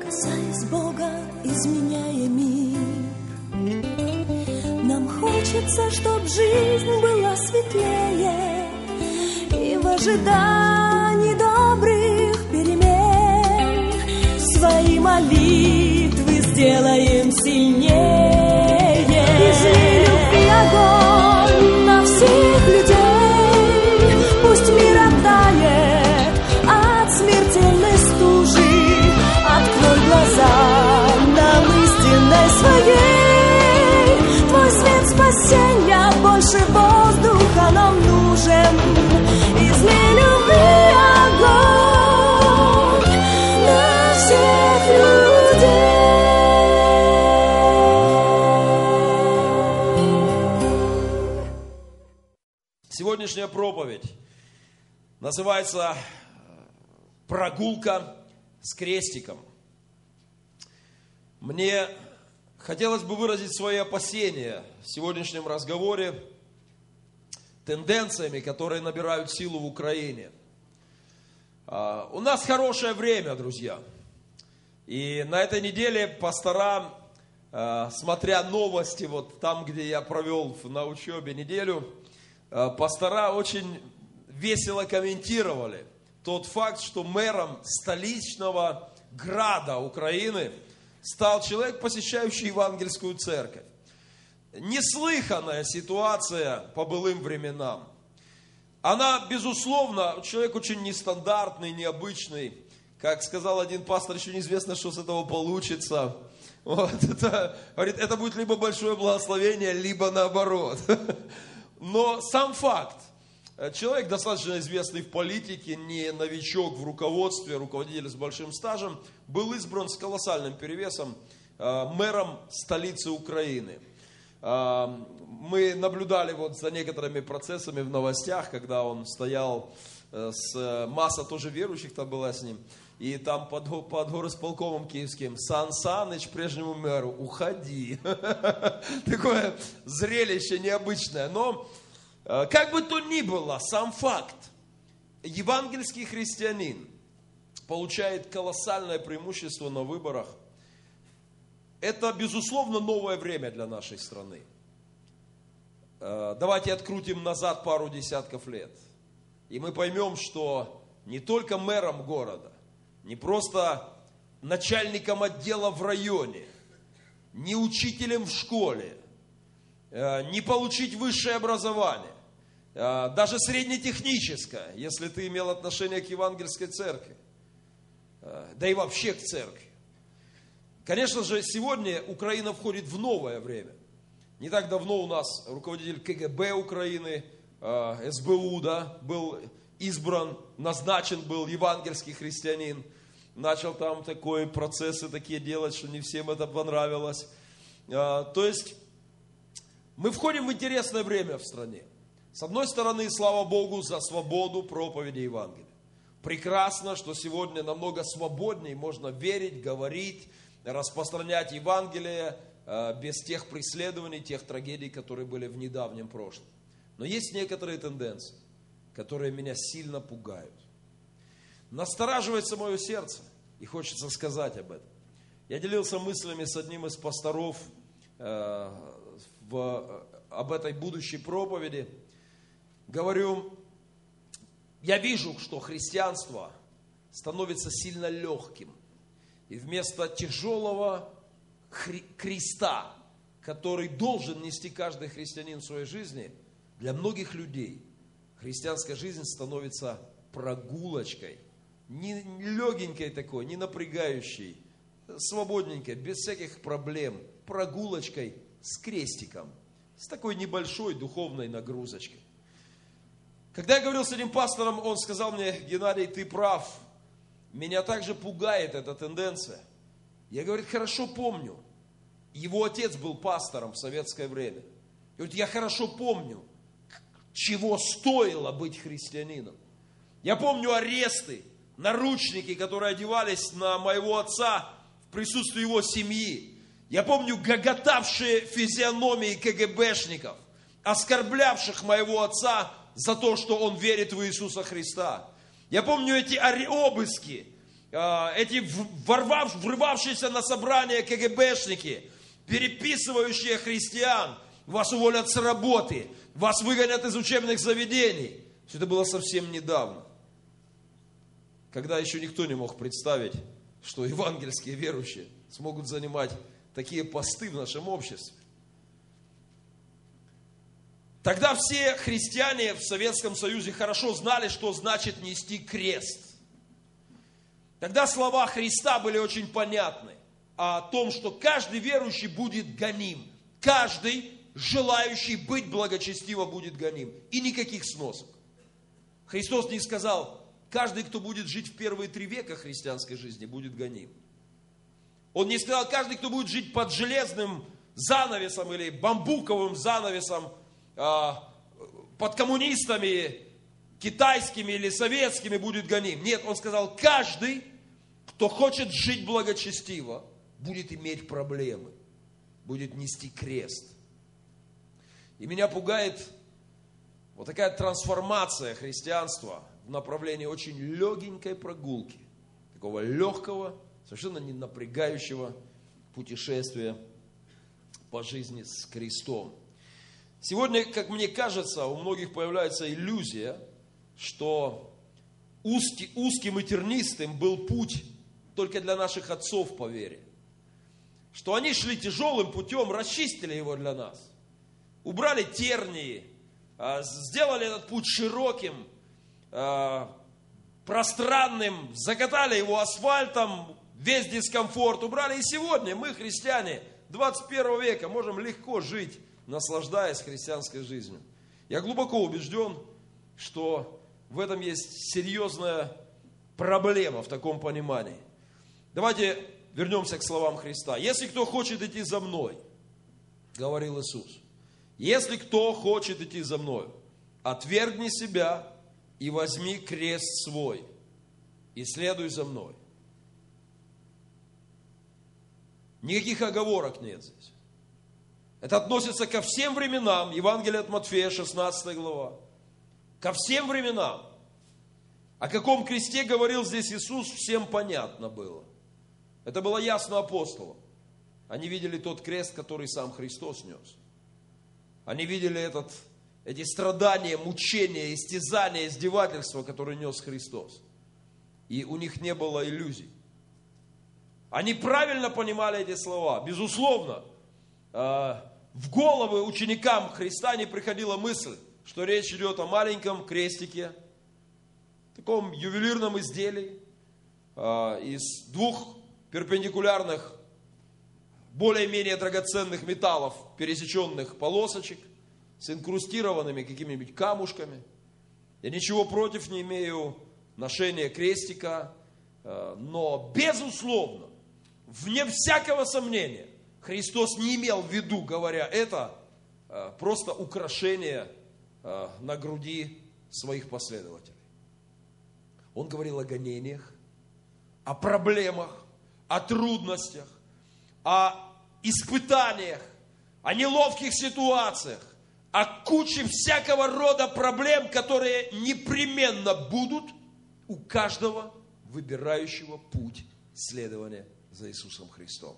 касаясь Бога, изменяя мир. Нам хочется, чтоб жизнь была светлее, и в ожидании добрых перемен свои молитвы сделаем сильнее. Излей любви огонь на всех людей, пусть мир оттает от смертельной стужи. Открой глаза нам истинной своей, твой свет спасения больше воздуха нам нужен. Излей любви огонь на всех людей. Сегодняшняя проповедь называется «Прогулка с крестиком». Мне хотелось бы выразить свои опасения в сегодняшнем разговоре тенденциями, которые набирают силу в Украине. У нас хорошее время, друзья. И на этой неделе пастора, смотря новости, вот там, где я провел на учебе неделю, пастора очень весело комментировали тот факт, что мэром столичного града Украины стал человек, посещающий евангельскую церковь. Неслыханная ситуация по былым временам. Она, безусловно, человек очень нестандартный, необычный. Как сказал один пастор, еще неизвестно, что с этого получится. Вот, говорит, это будет либо большое благословение, либо наоборот. Но сам факт. Человек достаточно известный в политике, не новичок в руководстве, руководитель с большим стажем, был избран с колоссальным перевесом мэром столицы Украины. Мы наблюдали вот за некоторыми процессами в новостях, когда он стоял, масса тоже верующих там была с ним, и там под горосполкомом киевским: Сан Саныч, прежнему мэру, уходи. Такое зрелище необычное. Но как бы то ни было, сам факт, евангельский христианин получает колоссальное преимущество на выборах. Это, безусловно, новое время для нашей страны. Давайте открутим назад пару десятков лет. И мы поймем, что не только мэром города, не просто начальником отдела в районе, не учителем в школе, не получить высшее образование, даже среднетехническое, если ты имел отношение к евангельской церкви, да и вообще к церкви. Конечно же, сегодня Украина входит в новое время. Не так давно у нас руководитель КГБ Украины, СБУ, был избран, назначен был евангельский христианин. Начал там такие процессы такие делать, что не всем это понравилось. То есть мы входим в интересное время в стране. С одной стороны, слава Богу за свободу проповеди Евангелия. Прекрасно, что сегодня намного свободнее можно верить, говорить, распространять Евангелие без тех преследований, тех трагедий, которые были в недавнем прошлом. Но есть некоторые тенденции, которые меня сильно пугают. Настораживается мое сердце, и хочется сказать об этом. Я делился мыслями с одним из пасторов об этой будущей проповеди. Говорю, я вижу, что христианство становится сильно легким. И вместо тяжелого креста, который должен нести каждый христианин в своей жизни, для многих людей христианская жизнь становится прогулочкой. Не легенькой такой, не напрягающей, свободненькой, без всяких проблем. Прогулочкой с крестиком, с такой небольшой духовной нагрузочкой. Когда я говорил с этим пастором, он сказал мне: Геннадий, ты прав. Меня также пугает эта тенденция. Я, говорит, хорошо помню. Его отец был пастором в советское время. И говорит, я хорошо помню, чего стоило быть христианином. Я помню аресты, наручники, которые одевались на моего отца в присутствии его семьи. Я помню гоготавшие физиономии КГБшников, оскорблявших моего отца за то, что он верит в Иисуса Христа. Я помню эти обыски, эти врывавшиеся на собрание КГБшники, переписывающие христиан, вас уволят с работы, вас выгонят из учебных заведений. Все это было совсем недавно, когда еще никто не мог представить, что евангельские верующие смогут занимать такие посты в нашем обществе. Тогда все христиане в Советском Союзе хорошо знали, что значит нести крест. Тогда слова Христа были очень понятны о том, что каждый верующий будет гоним, каждый желающий быть благочестиво будет гоним. И никаких сносок. Христос не сказал, каждый, кто будет жить в первые 3 века христианской жизни, будет гоним. Он не сказал, каждый, кто будет жить под железным занавесом или бамбуковым занавесом, под коммунистами, китайскими или советскими, будет гоним. Нет, он сказал, каждый, кто хочет жить благочестиво, будет иметь проблемы, будет нести крест. И меня пугает вот такая трансформация христианства в направлении очень легенькой прогулки, такого легкого, совершенно не напрягающего путешествия по жизни с крестом. Сегодня, как мне кажется, у многих появляется иллюзия, что узким и тернистым был путь только для наших отцов по вере. Что они шли тяжелым путем, расчистили его для нас. Убрали тернии, сделали этот путь широким, пространным, закатали его асфальтом, весь дискомфорт убрали. И сегодня мы, христиане 21 века, можем легко жить, наслаждаясь христианской жизнью. Я глубоко убежден, что в этом есть серьезная проблема в таком понимании. Давайте вернемся к словам Христа. Если кто хочет идти за мной, говорил Иисус, если кто хочет идти за мною, отвергни себя и возьми крест свой и следуй за мной. Никаких оговорок нет здесь. Это относится ко всем временам. Евангелие от Матфея, 16 глава. Ко всем временам. О каком кресте говорил здесь Иисус, всем понятно было. Это было ясно апостолам. Они видели тот крест, который сам Христос нес. Они видели эти страдания, мучения, истязания, издевательства, которые нес Христос. И у них не было иллюзий. Они правильно понимали эти слова. Безусловно, в головы ученикам Христа не приходила мысль, что речь идет о маленьком крестике, таком ювелирном изделии из 2 перпендикулярных, более-менее драгоценных металлов, пересеченных полосочек, с инкрустированными какими-нибудь камушками. Я ничего против не имею ношения крестика, но, безусловно, вне всякого сомнения, Христос не имел в виду, говоря это, просто украшение на груди своих последователей. Он говорил о гонениях, о проблемах, о трудностях, о испытаниях, о неловких ситуациях, о куче всякого рода проблем, которые непременно будут у каждого выбирающего путь следования за Иисусом Христом.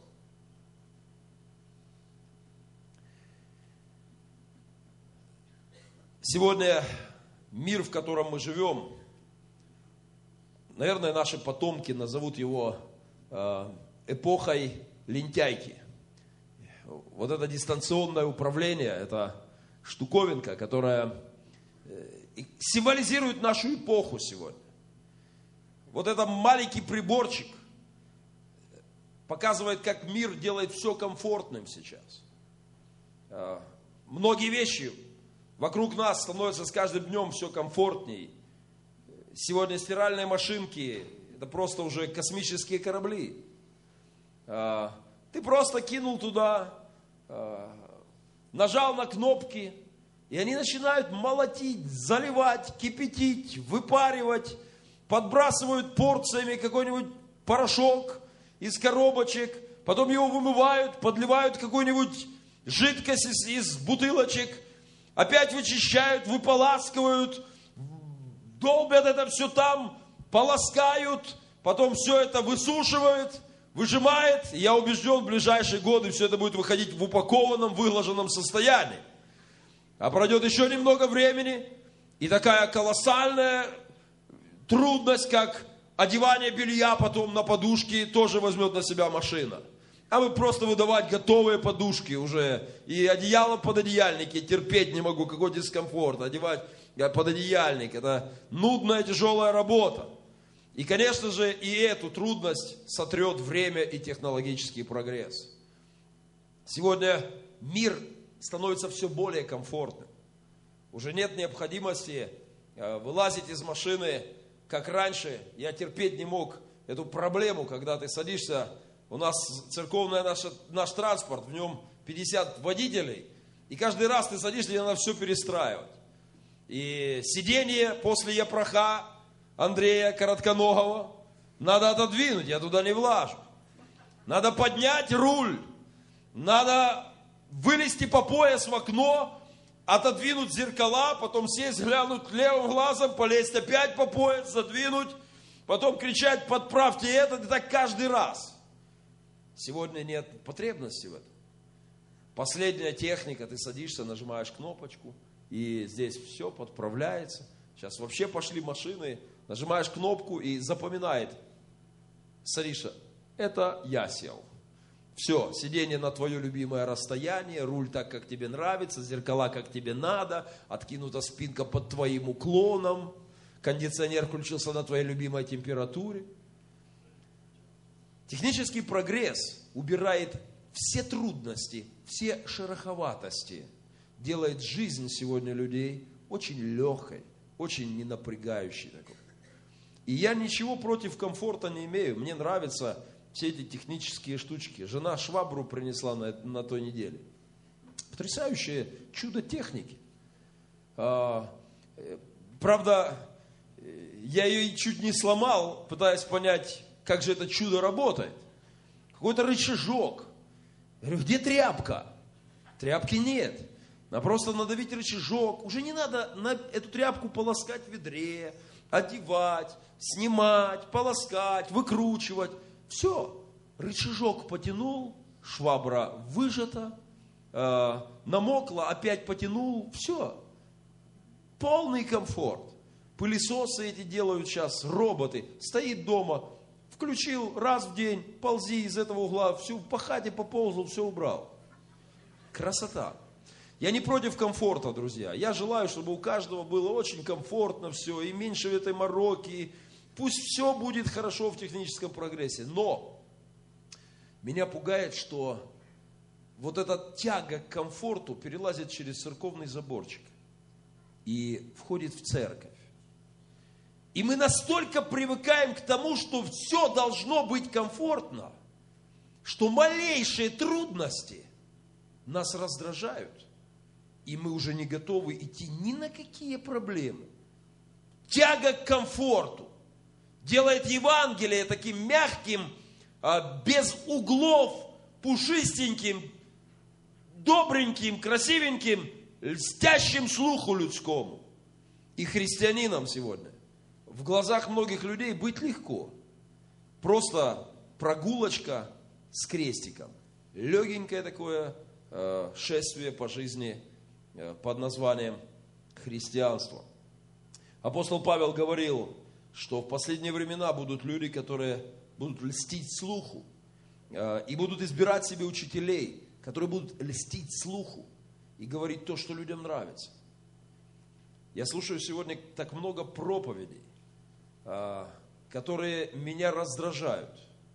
Сегодня мир, в котором мы живем, наверное, наши потомки назовут его эпохой лентяйки. Вот это дистанционное управление, это штуковинка, которая символизирует нашу эпоху сегодня. Вот этот маленький приборчик показывает, как мир делает все комфортным сейчас. Многие вещи вокруг нас становятся с каждым днем все комфортней. Сегодня стиральные машинки – это просто уже космические корабли. Ты просто кинул туда, нажал на кнопки, и они начинают молотить, заливать, кипятить, выпаривать, подбрасывают порциями какой-нибудь порошок из коробочек, потом его вымывают, подливают какую-нибудь жидкость из бутылочек, опять вычищают, выполаскивают, долбят это все там, полоскают, потом все это высушивает, выжимает. И я убежден, в ближайшие годы все это будет выходить в упакованном, выглаженном состоянии. А пройдет еще немного времени, и такая колоссальная трудность, как одевание белья потом на подушки, тоже возьмет на себя машина. А вы просто выдавать готовые подушки уже. И одеяло под одеяльники. Терпеть не могу, какой дискомфорт. Одевать под одеяльник. Это нудная, тяжелая работа. И, конечно же, и эту трудность сотрет время и технологический прогресс. Сегодня мир становится все более комфортным. Уже нет необходимости вылазить из машины, как раньше. Я терпеть не мог эту проблему, когда ты садишься. У нас церковный наш транспорт, в нем 50 водителей. И каждый раз ты садишься, тебе надо все перестраивать. И сиденье после япроха Андрея Коротконогого надо отодвинуть, я туда не влажу. Надо поднять руль. Надо вылезти по пояс в окно, отодвинуть зеркала, потом сесть, глянуть левым глазом, полезть опять по пояс, задвинуть, потом кричать: подправьте это, и так каждый раз. Сегодня нет потребности в этом. Последняя техника, ты садишься, нажимаешь кнопочку, и здесь все подправляется. Сейчас вообще пошли машины, нажимаешь кнопку и запоминает: Сариша, это я сел. Все, сиденье на твое любимое расстояние, руль так, как тебе нравится, зеркала, как тебе надо, откинута спинка под твоим уклоном, кондиционер включился на твоей любимой температуре. Технический прогресс убирает все трудности, все шероховатости, делает жизнь сегодня людей очень легкой, очень ненапрягающей такой. И я ничего против комфорта не имею, мне нравятся все эти технические штучки. Жена швабру принесла на той неделе. Потрясающее чудо техники. Правда, я ее чуть не сломал, пытаясь понять, как же это чудо работает. Какой-то рычажок. Я говорю, где тряпка? Тряпки нет. Надо просто надавить рычажок. Уже не надо эту тряпку полоскать в ведре, одевать, снимать, полоскать, выкручивать. Все. Рычажок потянул, швабра выжата, намокла, опять потянул. Все. Полный комфорт. Пылесосы эти делают сейчас, роботы. Стоит дома, включил раз в день, ползи из этого угла, всю по хате поползал, все убрал. Красота. Я не против комфорта, друзья. Я желаю, чтобы у каждого было очень комфортно все, и меньше этой мороки. Пусть все будет хорошо в техническом прогрессе. Но меня пугает, что вот эта тяга к комфорту перелазит через церковный заборчик и входит в церковь. И мы настолько привыкаем к тому, что все должно быть комфортно, что малейшие трудности нас раздражают. И мы уже не готовы идти ни на какие проблемы. Тяга к комфорту делает Евангелие таким мягким, без углов, пушистеньким, добреньким, красивеньким, льстящим слуху людскому. И христианинам сегодня в глазах многих людей быть легко. Просто прогулочка с крестиком. Легенькое такое шествие по жизни под названием христианство. Апостол Павел говорил, что в последние времена будут люди, которые будут льстить слуху и будут избирать себе учителей, которые будут льстить слуху и говорить то, что людям нравится. Я слушаю сегодня так много проповедей, которые меня раздражают.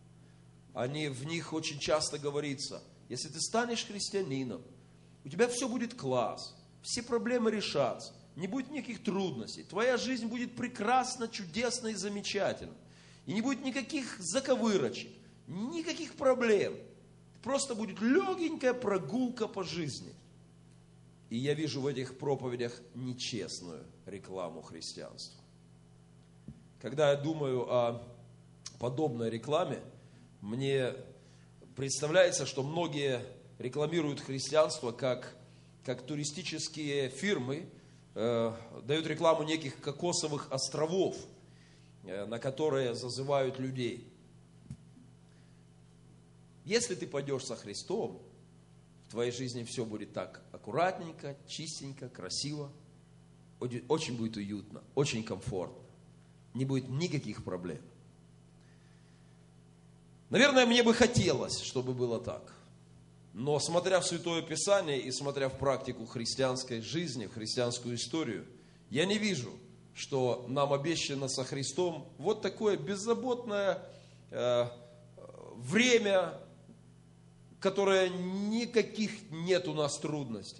В них очень часто говорится: если ты станешь христианином, у тебя все будет класс, все проблемы решатся, не будет никаких трудностей, твоя жизнь будет прекрасна, чудесна и замечательна. И не будет никаких заковырочек, никаких проблем. Просто будет легенькая прогулка по жизни. И я вижу в этих проповедях нечестную рекламу христианства. Когда я думаю о подобной рекламе, мне представляется, что многие рекламируют христианство как туристические фирмы, дают рекламу неких кокосовых островов, на которые зазывают людей. Если ты пойдешь со Христом, в твоей жизни все будет так аккуратненько, чистенько, красиво. Очень будет уютно, очень комфортно. Не будет никаких проблем. Наверное, мне бы хотелось, чтобы было так. Но смотря в Святое Писание и смотря в практику христианской жизни, в христианскую историю, я не вижу, что нам обещано со Христом вот такое беззаботное время, которое никаких нет у нас трудностей.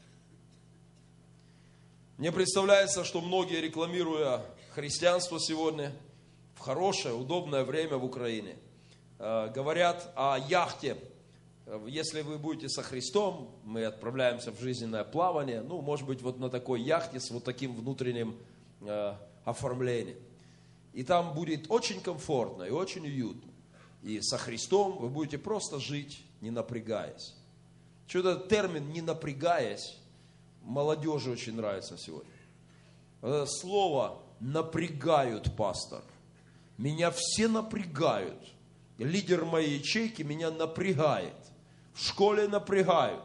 Мне представляется, что многие, рекламируя христианство сегодня, в хорошее, удобное время в Украине, говорят о яхте. Если вы будете со Христом, мы отправляемся в жизненное плавание, может быть, вот на такой яхте с вот таким внутренним оформлением. И там будет очень комфортно и очень уютно. И со Христом вы будете просто жить, не напрягаясь. Что-то термин «не напрягаясь» молодежи очень нравится сегодня. Это слово «напрягают, пастор». Меня все напрягают. Лидер моей ячейки меня напрягает. В школе напрягают.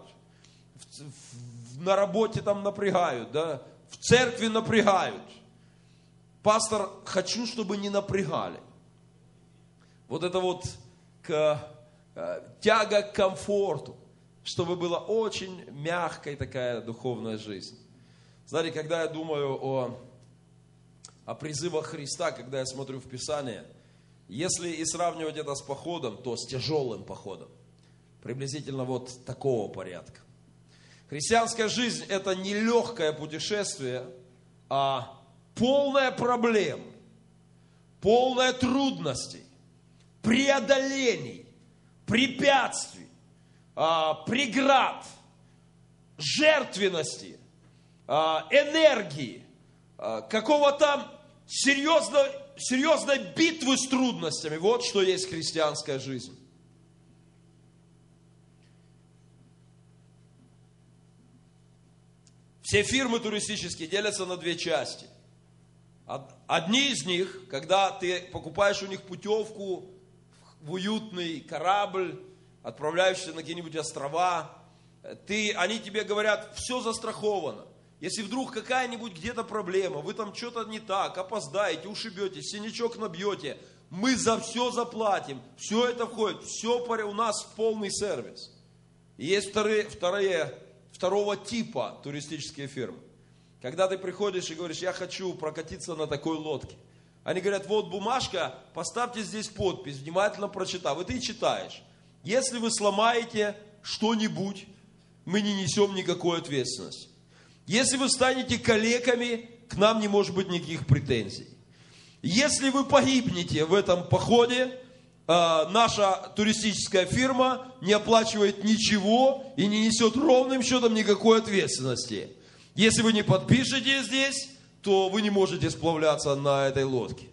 На работе там напрягают. Да? В церкви напрягают. Пастор, хочу, чтобы не напрягали. Вот это вот тяга к комфорту, чтобы была очень мягкая такая духовная жизнь. Знаете, когда я думаю о призывах Христа, когда я смотрю в Писание, если и сравнивать это с походом, то с тяжелым походом. Приблизительно вот такого порядка. Христианская жизнь – это не легкое путешествие, а полная проблем, полная трудностей, преодолений, препятствий, преград, жертвенности, энергии, какого-то серьезной битвы с трудностями. Вот что есть христианская жизнь. Все фирмы туристические делятся на две части. Одни из них, когда ты покупаешь у них путевку в уютный корабль, отправляешься на какие-нибудь острова, они тебе говорят, все застраховано. Если вдруг какая-нибудь где-то проблема, вы там что-то не так, опоздаете, ушибетесь, синячок набьете, мы за все заплатим, все это входит, все у нас полный сервис. И есть второго типа туристические фирмы. Когда ты приходишь и говоришь, я хочу прокатиться на такой лодке. Они говорят, вот бумажка, поставьте здесь подпись, внимательно прочитав. И ты читаешь. Если вы сломаете что-нибудь, мы не несем никакой ответственности. Если вы станете калеками, к нам не может быть никаких претензий. Если вы погибнете в этом походе, наша туристическая фирма не оплачивает ничего и не несет ровным счетом никакой ответственности. Если вы не подпишете здесь, то вы не можете сплавляться на этой лодке.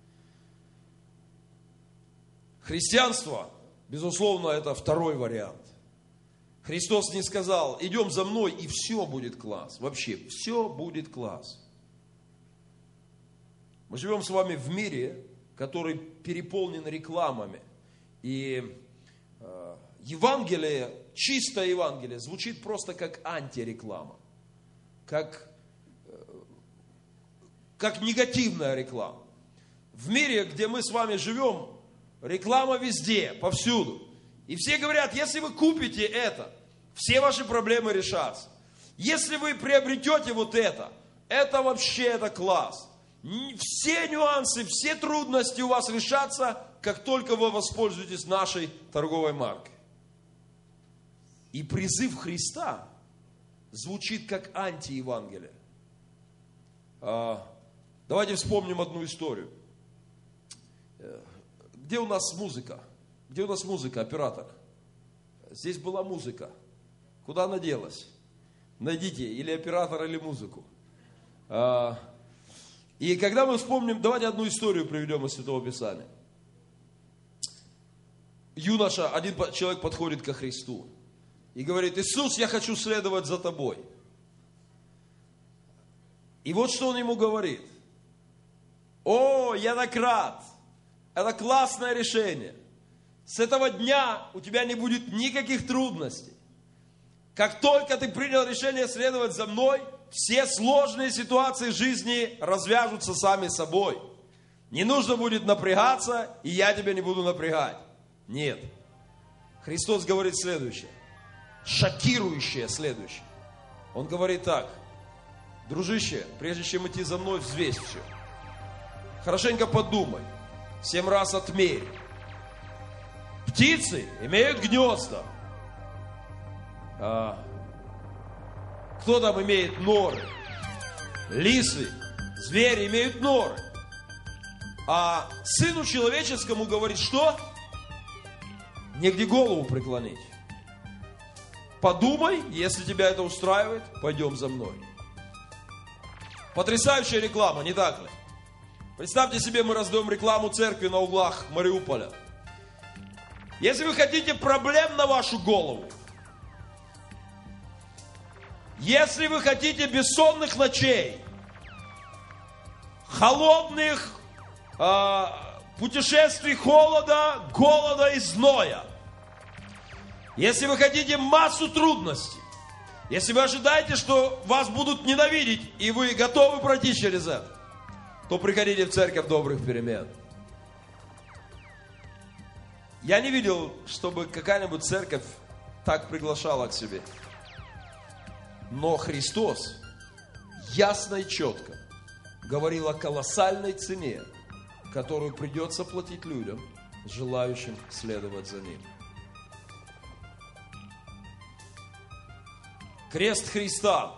Христианство, безусловно, это второй вариант. Христос не сказал, идем за мной, и все будет класс. Вообще, все будет класс. Мы живем с вами в мире, который переполнен рекламами. И Евангелие, чистое Евангелие, звучит просто как антиреклама. Как негативная реклама. В мире, где мы с вами живем, реклама везде, повсюду. И все говорят, если вы купите это, все ваши проблемы решатся. Если вы приобретете вот это вообще это класс. Все нюансы, все трудности у вас решатся, как только вы воспользуетесь нашей торговой маркой. И призыв Христа звучит как антиевангелие. Давайте вспомним одну историю. Где у нас музыка? Где у нас музыка, оператор? Здесь была музыка. Куда она делась? Найдите или оператора, или музыку. И когда мы вспомним, давайте одну историю приведем из Святого Писания. Юноша, один человек подходит ко Христу и говорит, Иисус, я хочу следовать за тобой. И вот что он ему говорит. О, я так рад. Это классное решение. С этого дня у тебя не будет никаких трудностей. Как только ты принял решение следовать за мной, все сложные ситуации жизни развяжутся сами собой. Не нужно будет напрягаться, и я тебя не буду напрягать. Нет. Христос говорит следующее. Шокирующее следующее. Он говорит так. Дружище, прежде чем идти за мной, взвесь все. Хорошенько подумай. 7 раз отмерь. Птицы имеют гнезда. Кто там имеет норы? Лисы, звери имеют норы. А Сыну Человеческому говорит, что? Негде голову преклонить. Подумай, если тебя это устраивает, пойдем за мной. Потрясающая реклама, не так ли? Представьте себе, мы раздаем рекламу церкви на углах Мариуполя. Если вы хотите проблем на вашу голову, если вы хотите бессонных ночей, холодных путешествий холода, голода и зноя, если вы хотите массу трудностей, если вы ожидаете, что вас будут ненавидеть, и вы готовы пройти через это, то приходите в церковь добрых перемен. Я не видел, чтобы какая-нибудь церковь так приглашала к себе. Но Христос ясно и четко говорил о колоссальной цене, которую придется платить людям, желающим следовать за Ним. Крест Христа.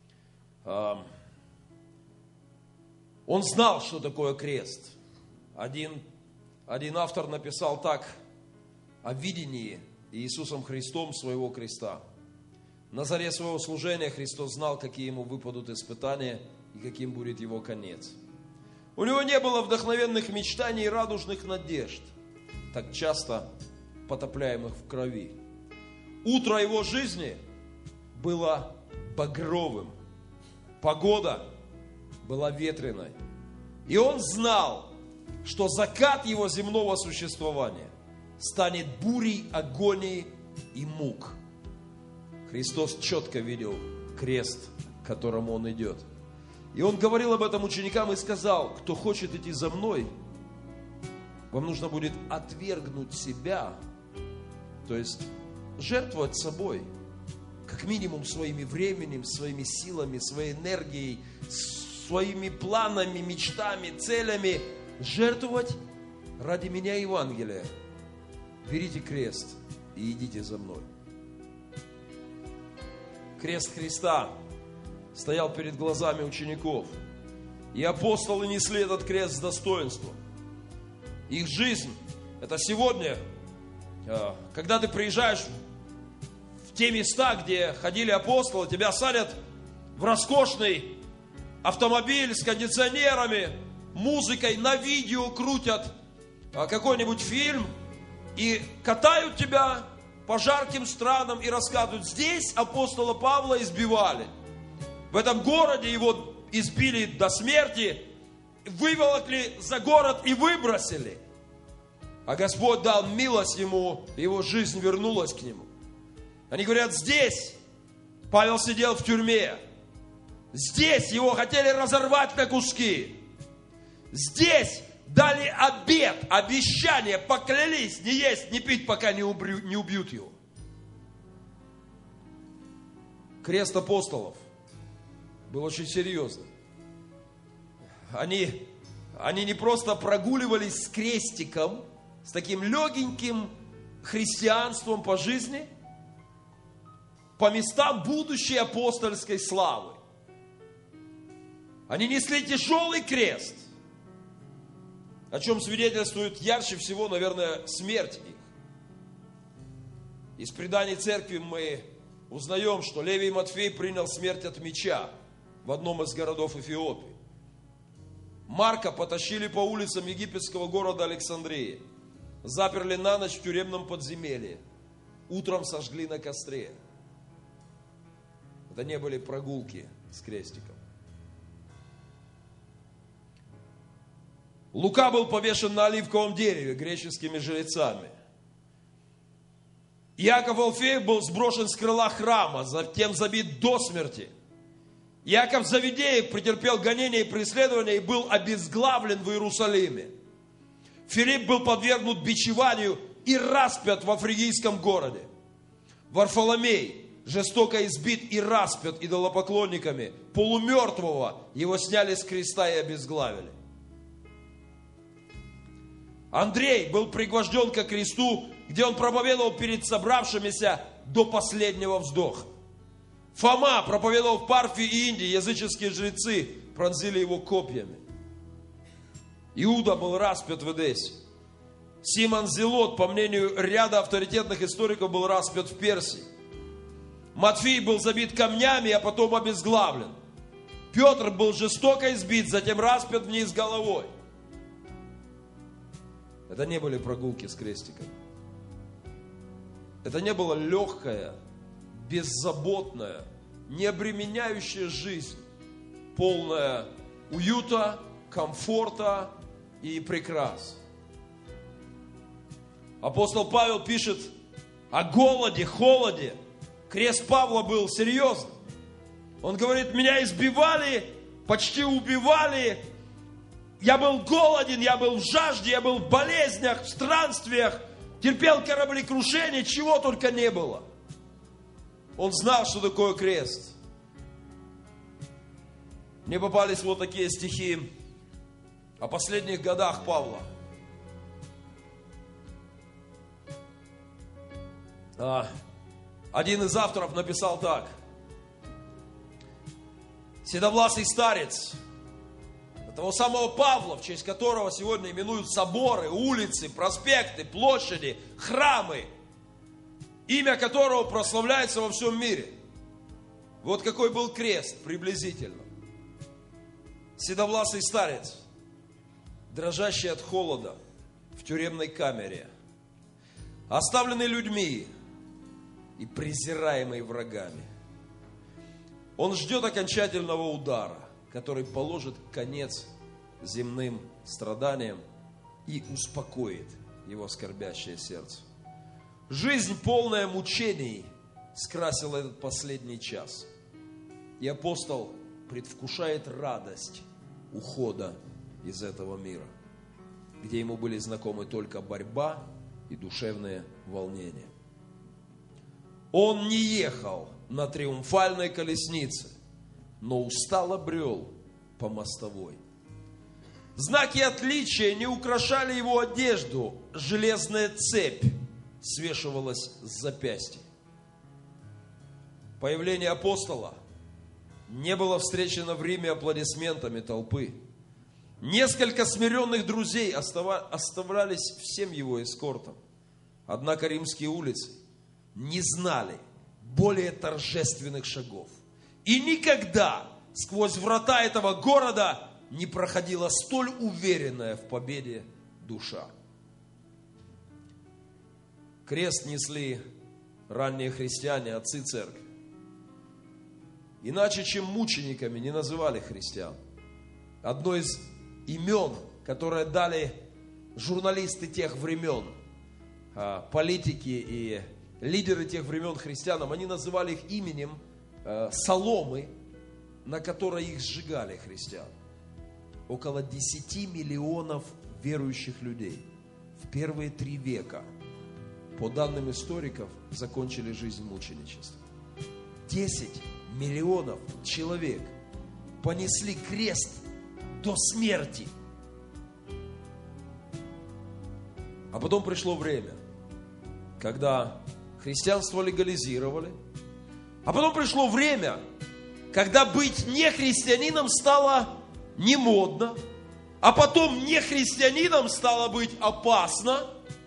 Он знал, что такое крест. Один автор написал так о видении Иисусом Христом своего креста. На заре своего служения Христос знал, какие ему выпадут испытания и каким будет его конец. У него не было вдохновенных мечтаний и радужных надежд, так часто потопляемых в крови. Утро его жизни было багровым, погода была ветреной. И он знал, что закат его земного существования станет бурей агонии и мук. Христос четко видел крест, к которому он идет. И он говорил об этом ученикам и сказал: кто хочет идти за мной, вам нужно будет отвергнуть себя, то есть жертвовать собой, как минимум своими временем, своими силами, своей энергией, своими планами, мечтами, целями, жертвовать ради меня Евангелия. Берите крест и идите за мной. Крест Христа стоял перед глазами учеников, и апостолы несли этот крест с достоинством. Их жизнь – это сегодня, когда ты приезжаешь в те места, где ходили апостолы, тебя садят в роскошный автомобиль с кондиционерами, музыкой, на видео крутят какой-нибудь фильм и катают тебя по жарким странам и рассказывают: здесь апостола Павла избивали, в этом городе его избили до смерти, выволокли за город и выбросили. А Господь дал милость ему, и его жизнь вернулась к нему. Они говорят: здесь Павел сидел в тюрьме, здесь его хотели разорвать на куски, здесь дали обет, обещание, поклялись не есть, не пить, пока не убьют его. Крест апостолов был очень серьезным. Они не просто прогуливались с крестиком, с таким легеньким христианством по жизни, по местам будущей апостольской славы. Они несли тяжелый крест, о чем свидетельствует ярче всего, наверное, смерть их. Из преданий церкви мы узнаем, что Левий Матфей принял смерть от меча в одном из городов Эфиопии. Марка потащили по улицам египетского города Александрии, заперли на ночь в тюремном подземелье, утром сожгли на костре. Это не были прогулки с крестиком. Лука был повешен на оливковом дереве греческими жрецами. Иаков Алфеев был сброшен с крыла храма, затем забит до смерти. Иаков Завидеев претерпел гонения и преследования и был обезглавлен в Иерусалиме. Филипп был подвергнут бичеванию и распят в фригийском городе. Варфоломей жестоко избит и распят идолопоклонниками. Полумертвого его сняли с креста и обезглавили. Андрей был пригвожден ко кресту, где он проповедовал перед собравшимися до последнего вздоха. Фома проповедовал в Парфии и Индии, языческие жрецы пронзили его копьями. Иуда был распят в Эдессе. Симон Зелот, по мнению ряда авторитетных историков, был распят в Персии. Матфей был забит камнями, а потом обезглавлен. Петр был жестоко избит, затем распят вниз головой. Это не были прогулки с крестиком. Это не была легкая, беззаботная, не обременяющая жизнь, полная уюта, комфорта и прикрас. Апостол Павел пишет о голоде, холоде. Крест Павла был серьезным. Он говорит: меня избивали, почти убивали. Я был голоден, я был в жажде, я был в болезнях, в странствиях, терпел кораблекрушение, чего только не было. Он знал, что такое крест. Мне попались вот такие стихи о последних годах Павла. Один из авторов написал так: седовласый старец, того самого Павла, в честь которого сегодня именуют соборы, улицы, проспекты, площади, храмы, имя которого прославляется во всем мире. Вот какой был крест приблизительно. Седовласый старец, дрожащий от холода в тюремной камере, оставленный людьми и презираемый врагами. Он ждет окончательного удара, который положит конец земным страданиям и успокоит его скорбящее сердце. Жизнь, полная мучений, скрасила этот последний час. И апостол предвкушает радость ухода из этого мира, где ему были знакомы только борьба и душевные волнения. Он не ехал на триумфальной колеснице, но устало брел по мостовой. Знаки отличия не украшали его одежду, железная цепь свешивалась с запястья. Появление апостола не было встречено в Риме аплодисментами толпы. Несколько смиренных друзей оставлялись всем его эскортом. Однако римские улицы не знали более торжественных шагов. И никогда сквозь врата этого города не проходила столь уверенная в победе душа. Крест несли ранние христиане, отцы церкви. Иначе, чем мучениками, не называли христиан. Одно из имен, которое дали журналисты тех времен, политики и лидеры тех времен христианам, они называли их именем соломы, на которой их сжигали христиан. Около 10 миллионов верующих людей в первые 3 века, по данным историков, закончили жизнь мученичества. 10 миллионов человек понесли крест до смерти. А потом пришло время, когда христианство легализировали. А потом пришло время, когда быть не христианином стало не модно. А потом не христианином стало быть опасно.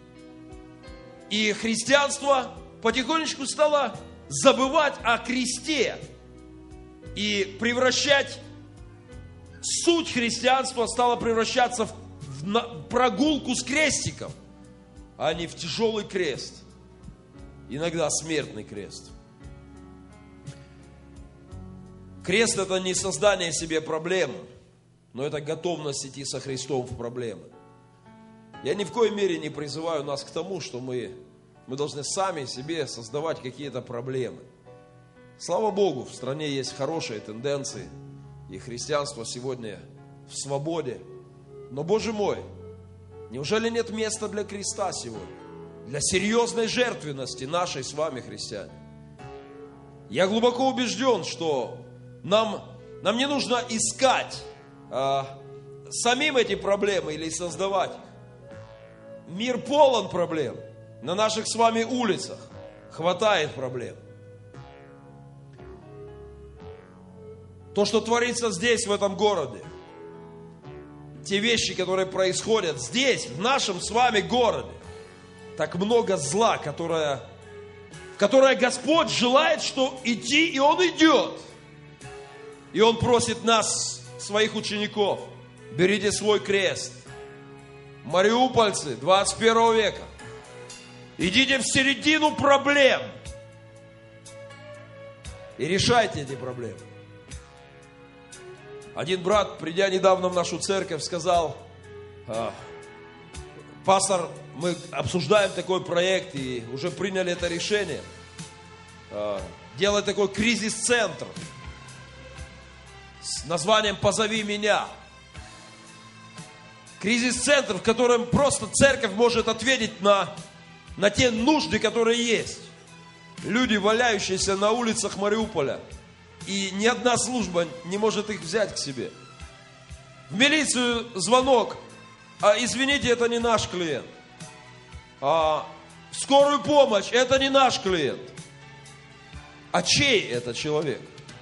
И христианство потихонечку стало забывать о кресте. И превращать суть христианства стала превращаться в прогулку с крестиком, а не в тяжелый крест. Иногда смертный крест. Крест — это не создание себе проблем. но это готовность идти со Христом в проблемы. Я ни в коей мере не призываю нас к тому, что мы должны сами себе создавать какие-то проблемы. Слава Богу, в стране есть хорошие тенденции, и христианство сегодня в свободе. Но, Боже мой, неужели нет места для креста сегодня? Для серьезной жертвенности нашей с вами, христиане. Я глубоко убежден, что нам не нужно искать самим эти проблемы или создавать их. Мир полон проблем. На наших с вами улицах хватает проблем. То, что творится здесь, в этом городе, те вещи, которые происходят здесь, в нашем с вами городе, так много зла, в которое Господь желает, что идти, и Он идет. И Он просит нас, своих учеников, берите свой крест. Мариупольцы 21 века, идите в середину проблем и решайте эти проблемы. Один брат, придя недавно в нашу церковь, сказал: пастор, мы обсуждаем такой проект и уже приняли это решение, делать такой кризис-центр с названием «Позови меня». Кризис-центр, в котором просто церковь может ответить на те нужды, которые есть. Люди, валяющиеся на улицах Мариуполя, и ни одна служба не может их взять к себе. В милицию звонок: извините, это не наш клиент. В скорую помощь: это не наш клиент. А чей это человек?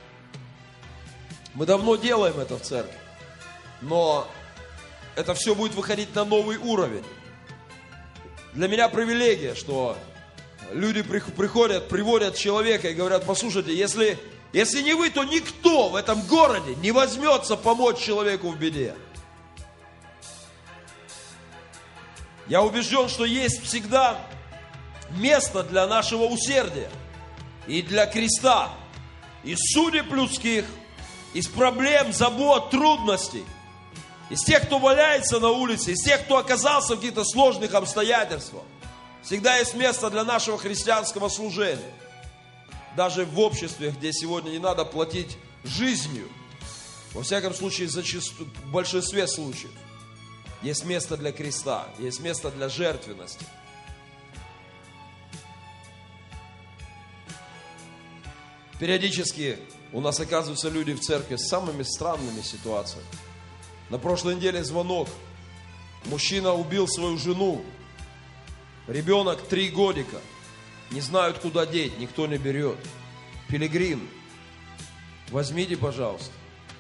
Мы давно делаем это в церкви, но это все будет выходить на новый уровень. Для меня привилегия, что люди приходят, приводят человека и говорят: послушайте, если не вы, то никто в этом городе не возьмется помочь человеку в беде. Я убежден, что есть всегда место для нашего усердия и для креста, из судеб людских, из проблем, забот, трудностей, из тех, кто валяется на улице, из тех, кто оказался в каких-то сложных обстоятельствах. Всегда есть место для нашего христианского служения. Даже в обществе, где сегодня не надо платить жизнью, во всяком случае, зачастую, в большинстве случаев, есть место для креста, есть место для жертвенности. Периодически у нас оказываются люди в церкви с самыми странными ситуациями. На прошлой неделе звонок. Мужчина убил свою жену. Ребенок 3 годика. Не знают, куда деть, никто не берет. Пилигрим, возьмите, пожалуйста.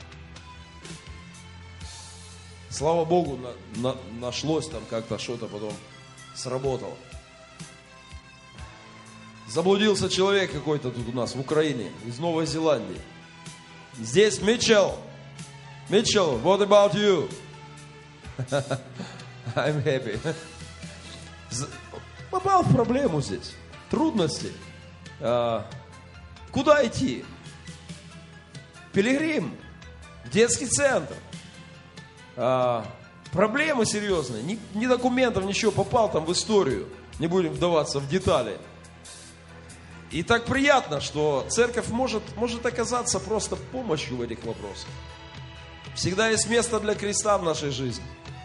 Слава Богу, нашлось там как-то что-то, потом сработало. Заблудился человек какой-то тут у нас в Украине, из Новой Зеландии. Здесь Митчелл. Митчелл, what about you? I'm happy. Попал в проблему здесь. Трудности. Куда идти? Пилигрим. Детский центр. Проблемы серьезные. Ни документов, ничего. Попал там в историю. Не будем вдаваться в детали. И так приятно, что церковь может оказаться просто помощью в этих вопросах. Всегда есть место для креста в нашей жизни.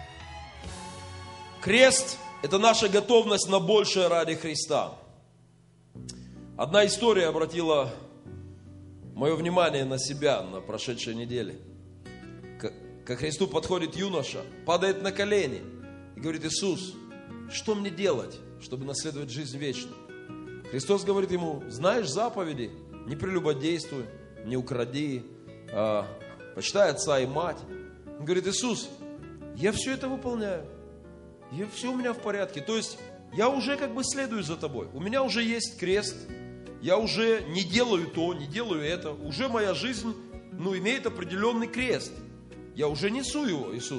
Крест – это наша готовность на большее ради Христа. Одна история обратила мое внимание на себя на прошедшей неделе. Ко Христу подходит юноша, падает на колени и говорит: Иисус, что мне делать, чтобы наследовать жизнь вечную? Христос говорит ему: знаешь заповеди, не прелюбодействуй, не укради, почитай отца и мать. Он говорит: Иисус, я все это выполняю, все у меня в порядке. То есть я уже как бы следую за тобой, у меня уже есть крест, я уже не делаю то, не делаю это, уже моя жизнь, имеет определенный крест. Я уже несу его, Иисус.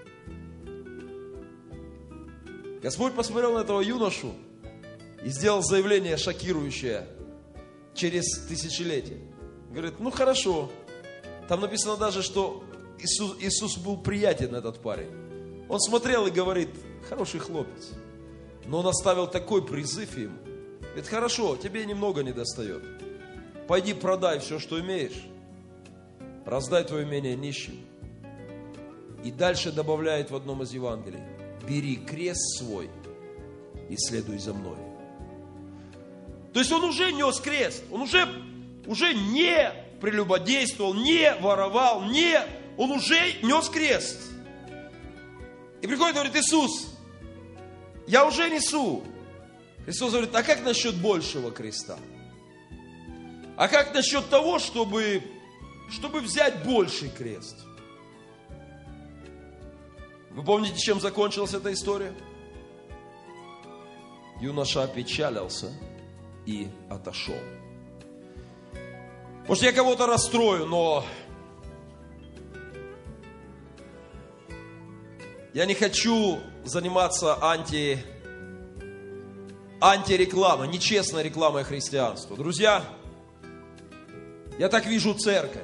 Господь посмотрел на этого юношу и сделал заявление шокирующее через тысячелетия. Говорит: хорошо. Там написано даже, что Иисус был приятен, этот парень. Он смотрел и говорит: хороший хлопец. Но он оставил такой призыв им. Говорит: хорошо, тебе немного не достает. Пойди продай все, что имеешь. Раздай твое имение нищим. И дальше добавляет в одном из Евангелий: бери крест свой и следуй за мной. То есть он уже нес крест. Он уже не прелюбодействовал, не воровал, он уже нес крест. И приходит и говорит: Иисус, я уже несу. Христос говорит: а как насчет большего креста? А как насчет того, чтобы взять больший крест? Вы помните, чем закончилась эта история? Юноша опечалился и отошел. Может, я кого-то расстрою, но я не хочу заниматься антирекламой, нечестной рекламой христианства. Друзья, я так вижу церковь.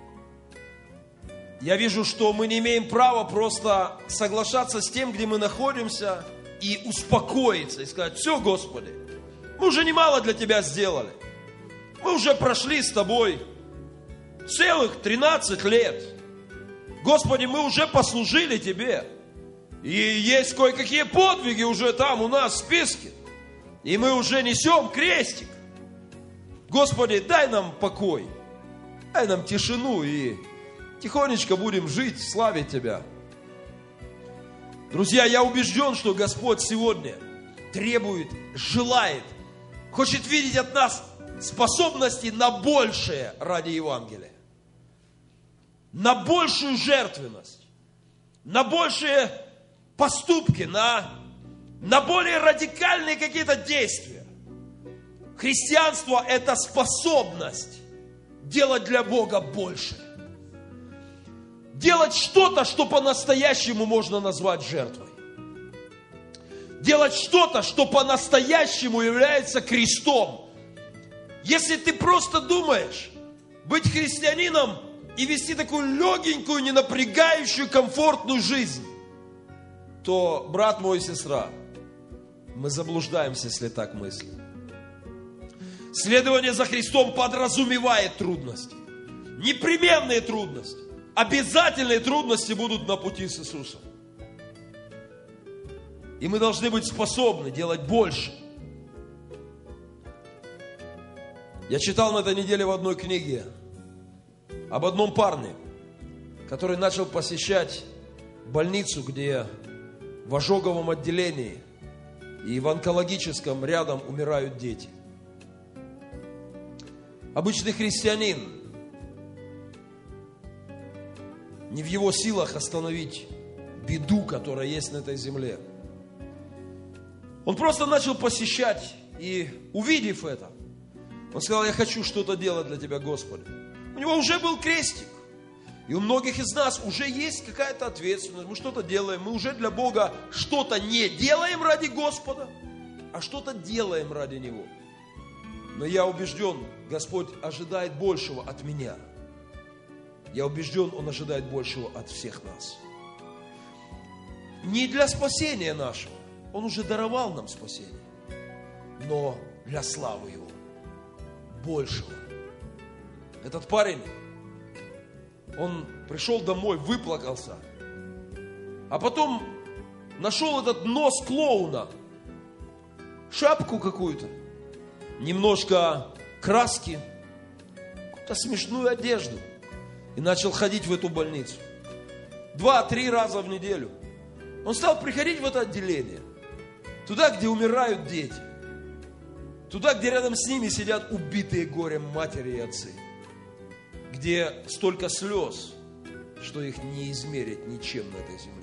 Я вижу, что мы не имеем права просто соглашаться с тем, где мы находимся, и успокоиться, и сказать: все, Господи, мы уже немало для Тебя сделали. Мы уже прошли с Тобой целых 13 лет. Господи, мы уже послужили Тебе. И есть кое-какие подвиги уже там у нас в списке. И мы уже несем крестик. Господи, дай нам покой. Дай нам тишину и тихонечко будем жить, славить Тебя. Друзья, я убежден, что Господь сегодня требует, желает, хочет видеть от нас способности на большее ради Евангелия. На большую жертвенность. На большие поступки, на более радикальные какие-то действия. Христианство – это способность делать для Бога больше. Делать что-то, что по-настоящему можно назвать жертвой. Делать что-то, что по-настоящему является крестом. Если ты просто думаешь быть христианином и вести такую легенькую, не напрягающую, комфортную жизнь, то, брат мой и сестра, мы заблуждаемся, если так мыслим. Следование за Христом подразумевает трудности. Непременные трудности. Обязательные трудности будут на пути с Иисусом. И мы должны быть способны делать больше. Я читал на этой неделе в одной книге об одном парне, который начал посещать больницу, где в ожоговом отделении и в онкологическом рядом умирают дети. Обычный христианин, не в его силах остановить беду, которая есть на этой земле. Он просто начал посещать, и увидев это, он сказал: я хочу что-то делать для Тебя, Господи. У него уже был крестик. И у многих из нас уже есть какая-то ответственность. Мы что-то делаем. Мы уже для Бога что-то не делаем ради Господа, а что-то делаем ради Него. Но я убежден, Господь ожидает большего от меня. Я убежден, Он ожидает большего от всех нас. Не для спасения нашего. Он уже даровал нам спасение. Но для славы Его. Большего. Этот парень, он пришел домой, выплакался. А потом нашел этот нос клоуна. Шапку какую-то. Немножко краски. Какую-то смешную одежду. И начал ходить в эту больницу. 2-3 раза в неделю. Он стал приходить в это отделение. Туда, где умирают дети. Туда, где рядом с ними сидят убитые горем матери и отцы. Где столько слез, что их не измерить ничем на этой земле.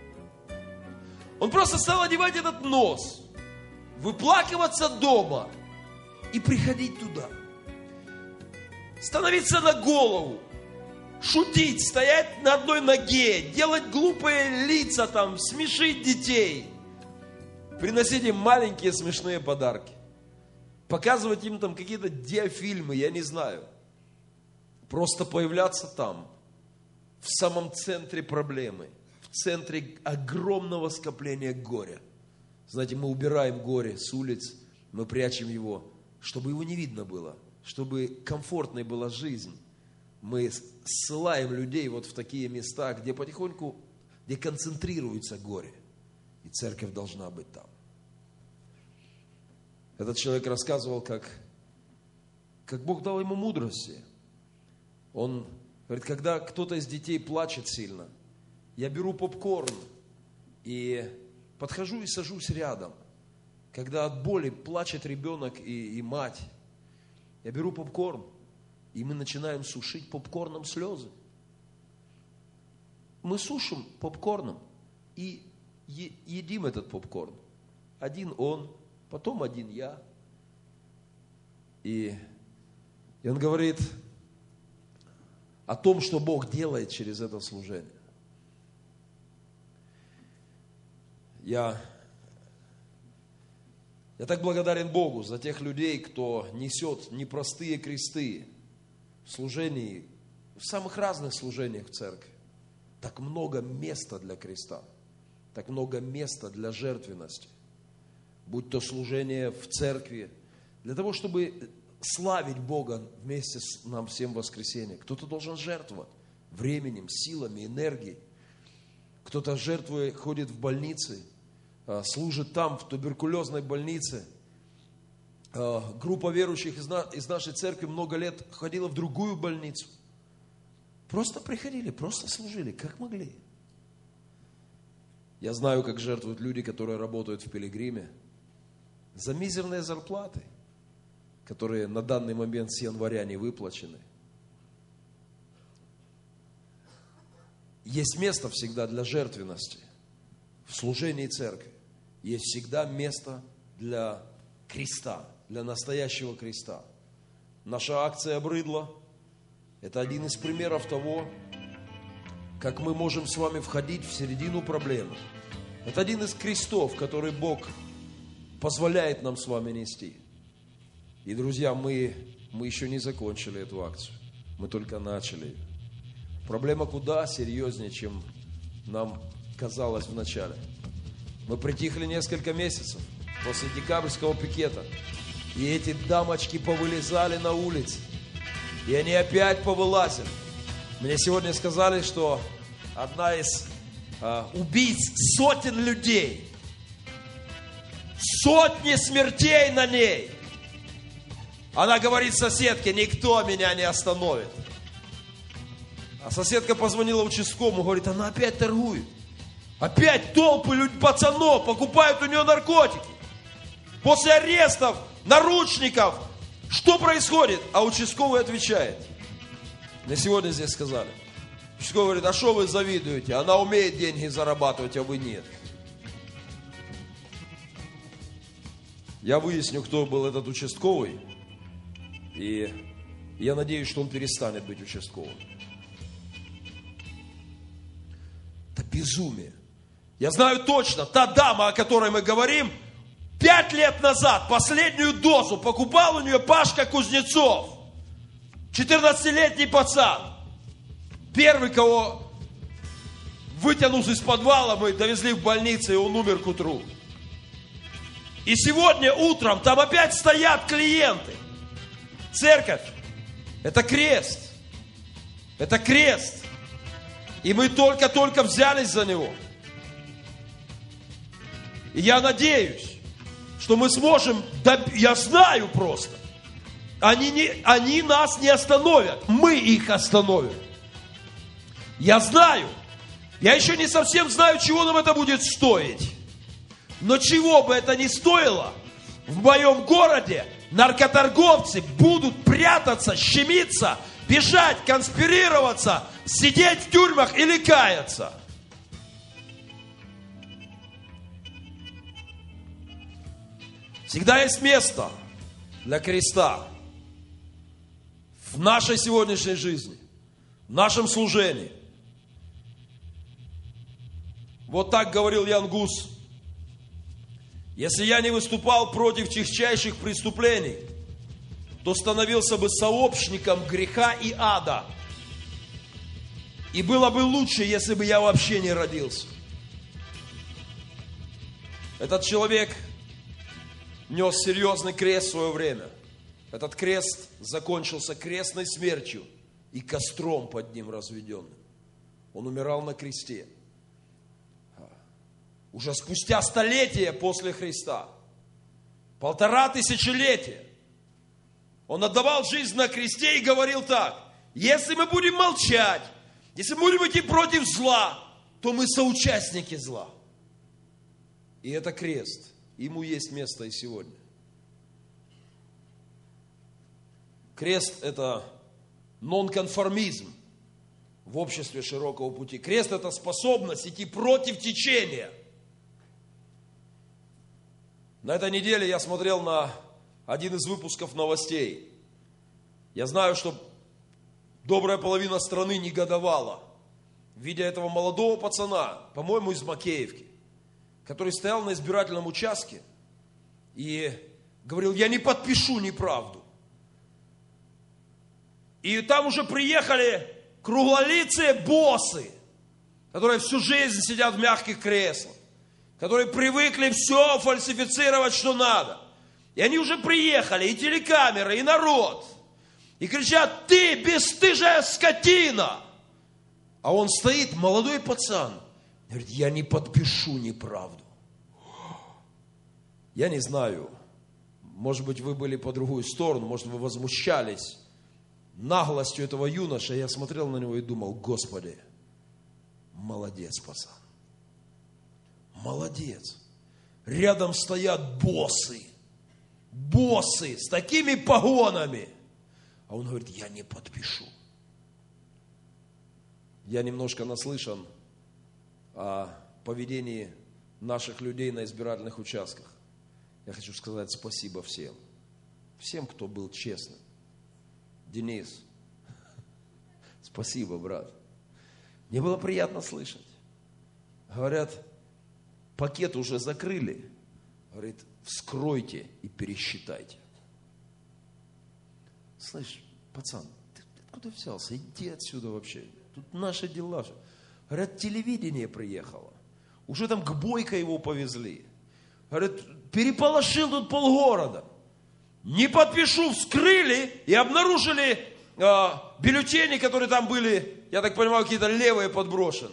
Он просто стал одевать этот нос, выплакиваться дома и приходить туда. Становиться на голову, шутить, стоять на одной ноге, делать глупые лица там, смешить детей, приносить им маленькие смешные подарки, показывать им там какие-то диафильмы, я не знаю. Просто появляться там в самом центре проблемы, в центре огромного скопления горя. Знаете, мы убираем горе с улиц, мы прячем его, чтобы его не видно было, чтобы комфортной была жизнь. Мы ссылаем людей вот в такие места, где потихоньку, где концентрируется горе. И церковь должна быть там. Этот человек рассказывал, как Бог дал ему мудрости. Он говорит, когда кто-то из детей плачет сильно, я беру попкорн и подхожу и сажусь рядом. Когда от боли плачет ребенок и мать, я беру попкорн, и мы начинаем сушить попкорном слезы. Мы сушим попкорном и едим этот попкорн. Один он, потом один я. И он говорит о том, что Бог делает через это служение. Я так благодарен Богу за тех людей, кто несет непростые кресты в служении, в самых разных служениях в церкви. Так много места для креста, так много места для жертвенности. Будь то служение в церкви, для того, чтобы славить Бога вместе с нам всем в воскресенье. Кто-то должен жертвовать временем, силами, энергией. Кто-то жертвуя, ходит в больницы, служит там, в туберкулезной больнице. Группа верующих из нашей церкви много лет ходила в другую больницу. Просто приходили, просто служили, как могли. Я знаю, как жертвуют люди, которые работают в Пилигриме за мизерные зарплаты, которые на данный момент с января не выплачены. Есть место всегда для жертвенности в служении церкви. Есть всегда место для креста, для настоящего креста. Наша акция «Обрыдло» – это один из примеров того, как мы можем с вами входить в середину проблемы. Это один из крестов, который Бог позволяет нам с вами нести. И, друзья, мы еще не закончили эту акцию. Мы только начали. Проблема куда серьезнее, чем нам казалось в начале. Мы притихли несколько месяцев после декабрьского пикета. И эти дамочки повылезали на улицы. И они опять повылазили. Мне сегодня сказали, что одна из убийц сотен людей, сотни смертей на ней. Она говорит соседке: никто меня не остановит. А соседка позвонила участковому, говорит: она опять торгует. Опять толпы пацанов покупают у нее наркотики. После арестов, наручников. Что происходит? А участковый отвечает. Мне сегодня здесь сказали. Участковый говорит: а что вы завидуете? Она умеет деньги зарабатывать, а вы нет. Я выясню, кто был этот участковый. И я надеюсь, что он перестанет быть участковым. Это безумие. Я знаю точно, та дама, о которой мы говорим, 5 лет назад последнюю дозу покупал у нее Пашка Кузнецов. 14-летний пацан. Первый, кого вытянув из подвала, мы довезли в больницу, и он умер к утру. И сегодня утром там опять стоят клиенты. Церковь – это крест. Это крест. И мы только-только взялись за него. И я надеюсь, что мы сможем, я знаю просто, они нас не остановят, мы их остановим. Я знаю, я еще не совсем знаю, чего нам это будет стоить. Но чего бы это ни стоило, в моем городе наркоторговцы будут прятаться, щемиться, бежать, конспирироваться, сидеть в тюрьмах или каяться. Всегда есть место для креста в нашей сегодняшней жизни, в нашем служении. Вот так говорил Ян Гус. Если я не выступал против тягчайших преступлений, то становился бы сообщником греха и ада. И было бы лучше, если бы я вообще не родился. Этот человек нес серьезный крест в свое время. Этот крест закончился крестной смертью и костром под ним разведенным. Он умирал на кресте. Уже спустя столетия после Христа, 1,5 тысячелетия, он отдавал жизнь на кресте и говорил так: если мы будем молчать, если мы будем идти против зла, то мы соучастники зла. И это крест. Ему есть место и сегодня. Крест – это нонконформизм в обществе широкого пути. Крест – это способность идти против течения. На этой неделе я смотрел на один из выпусков новостей. Я знаю, что добрая половина страны негодовала, видя этого молодого пацана, по-моему, из Макеевки, который стоял на избирательном участке и говорил: я не подпишу неправду. И там уже приехали круглолицые боссы, которые всю жизнь сидят в мягких креслах, которые привыкли все фальсифицировать, что надо. И они уже приехали, и телекамеры, и народ, и кричат: ты бесстыжая скотина! А он стоит, молодой пацан, говорит: я не подпишу неправду. Я не знаю, может быть, вы были по другую сторону, может, вы возмущались наглостью этого юноши. Я смотрел на него и думал: Господи, молодец, пацан. Молодец. Рядом стоят боссы с такими погонами. А он говорит: я не подпишу. Я немножко наслышан о поведении наших людей на избирательных участках. Я хочу сказать спасибо всем. Всем, кто был честным. Денис, спасибо, брат. Мне было приятно слышать. Говорят, пакет уже закрыли. Говорит, вскройте и пересчитайте. Слышь, пацан, ты откуда взялся? Иди отсюда вообще. Тут наши дела. Говорят, телевидение приехало. Уже там к Бойко его повезли. Говорят, переполошил тут полгорода. Не подпишу, вскрыли и обнаружили бюллетени, которые там были, я так понимаю, какие-то левые подброшены.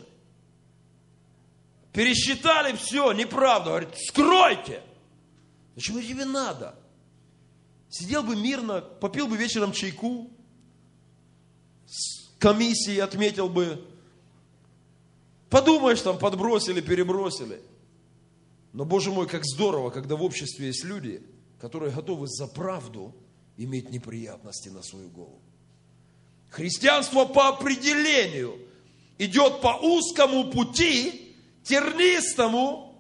Пересчитали, все, неправда. Говорит, вскройте. Почему тебе надо? Сидел бы мирно, попил бы вечером чайку, с комиссией отметил бы. Подумаешь, там подбросили, перебросили. Но, Боже мой, как здорово, когда в обществе есть люди, которые готовы за правду иметь неприятности на свою голову. Христианство по определению идет по узкому пути, тернистому.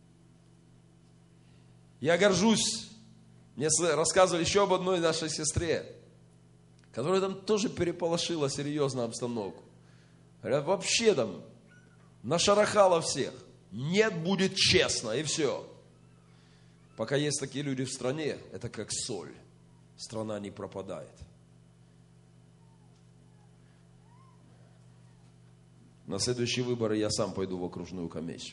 Я горжусь, мне рассказывали еще об одной нашей сестре, которая там тоже переполошила серьезно обстановку. Говорят, вообще там нашарахала всех. Нет, будет честно, и все. Пока есть такие люди в стране, это как соль. Страна не пропадает. На следующие выборы я сам пойду в окружную комиссию.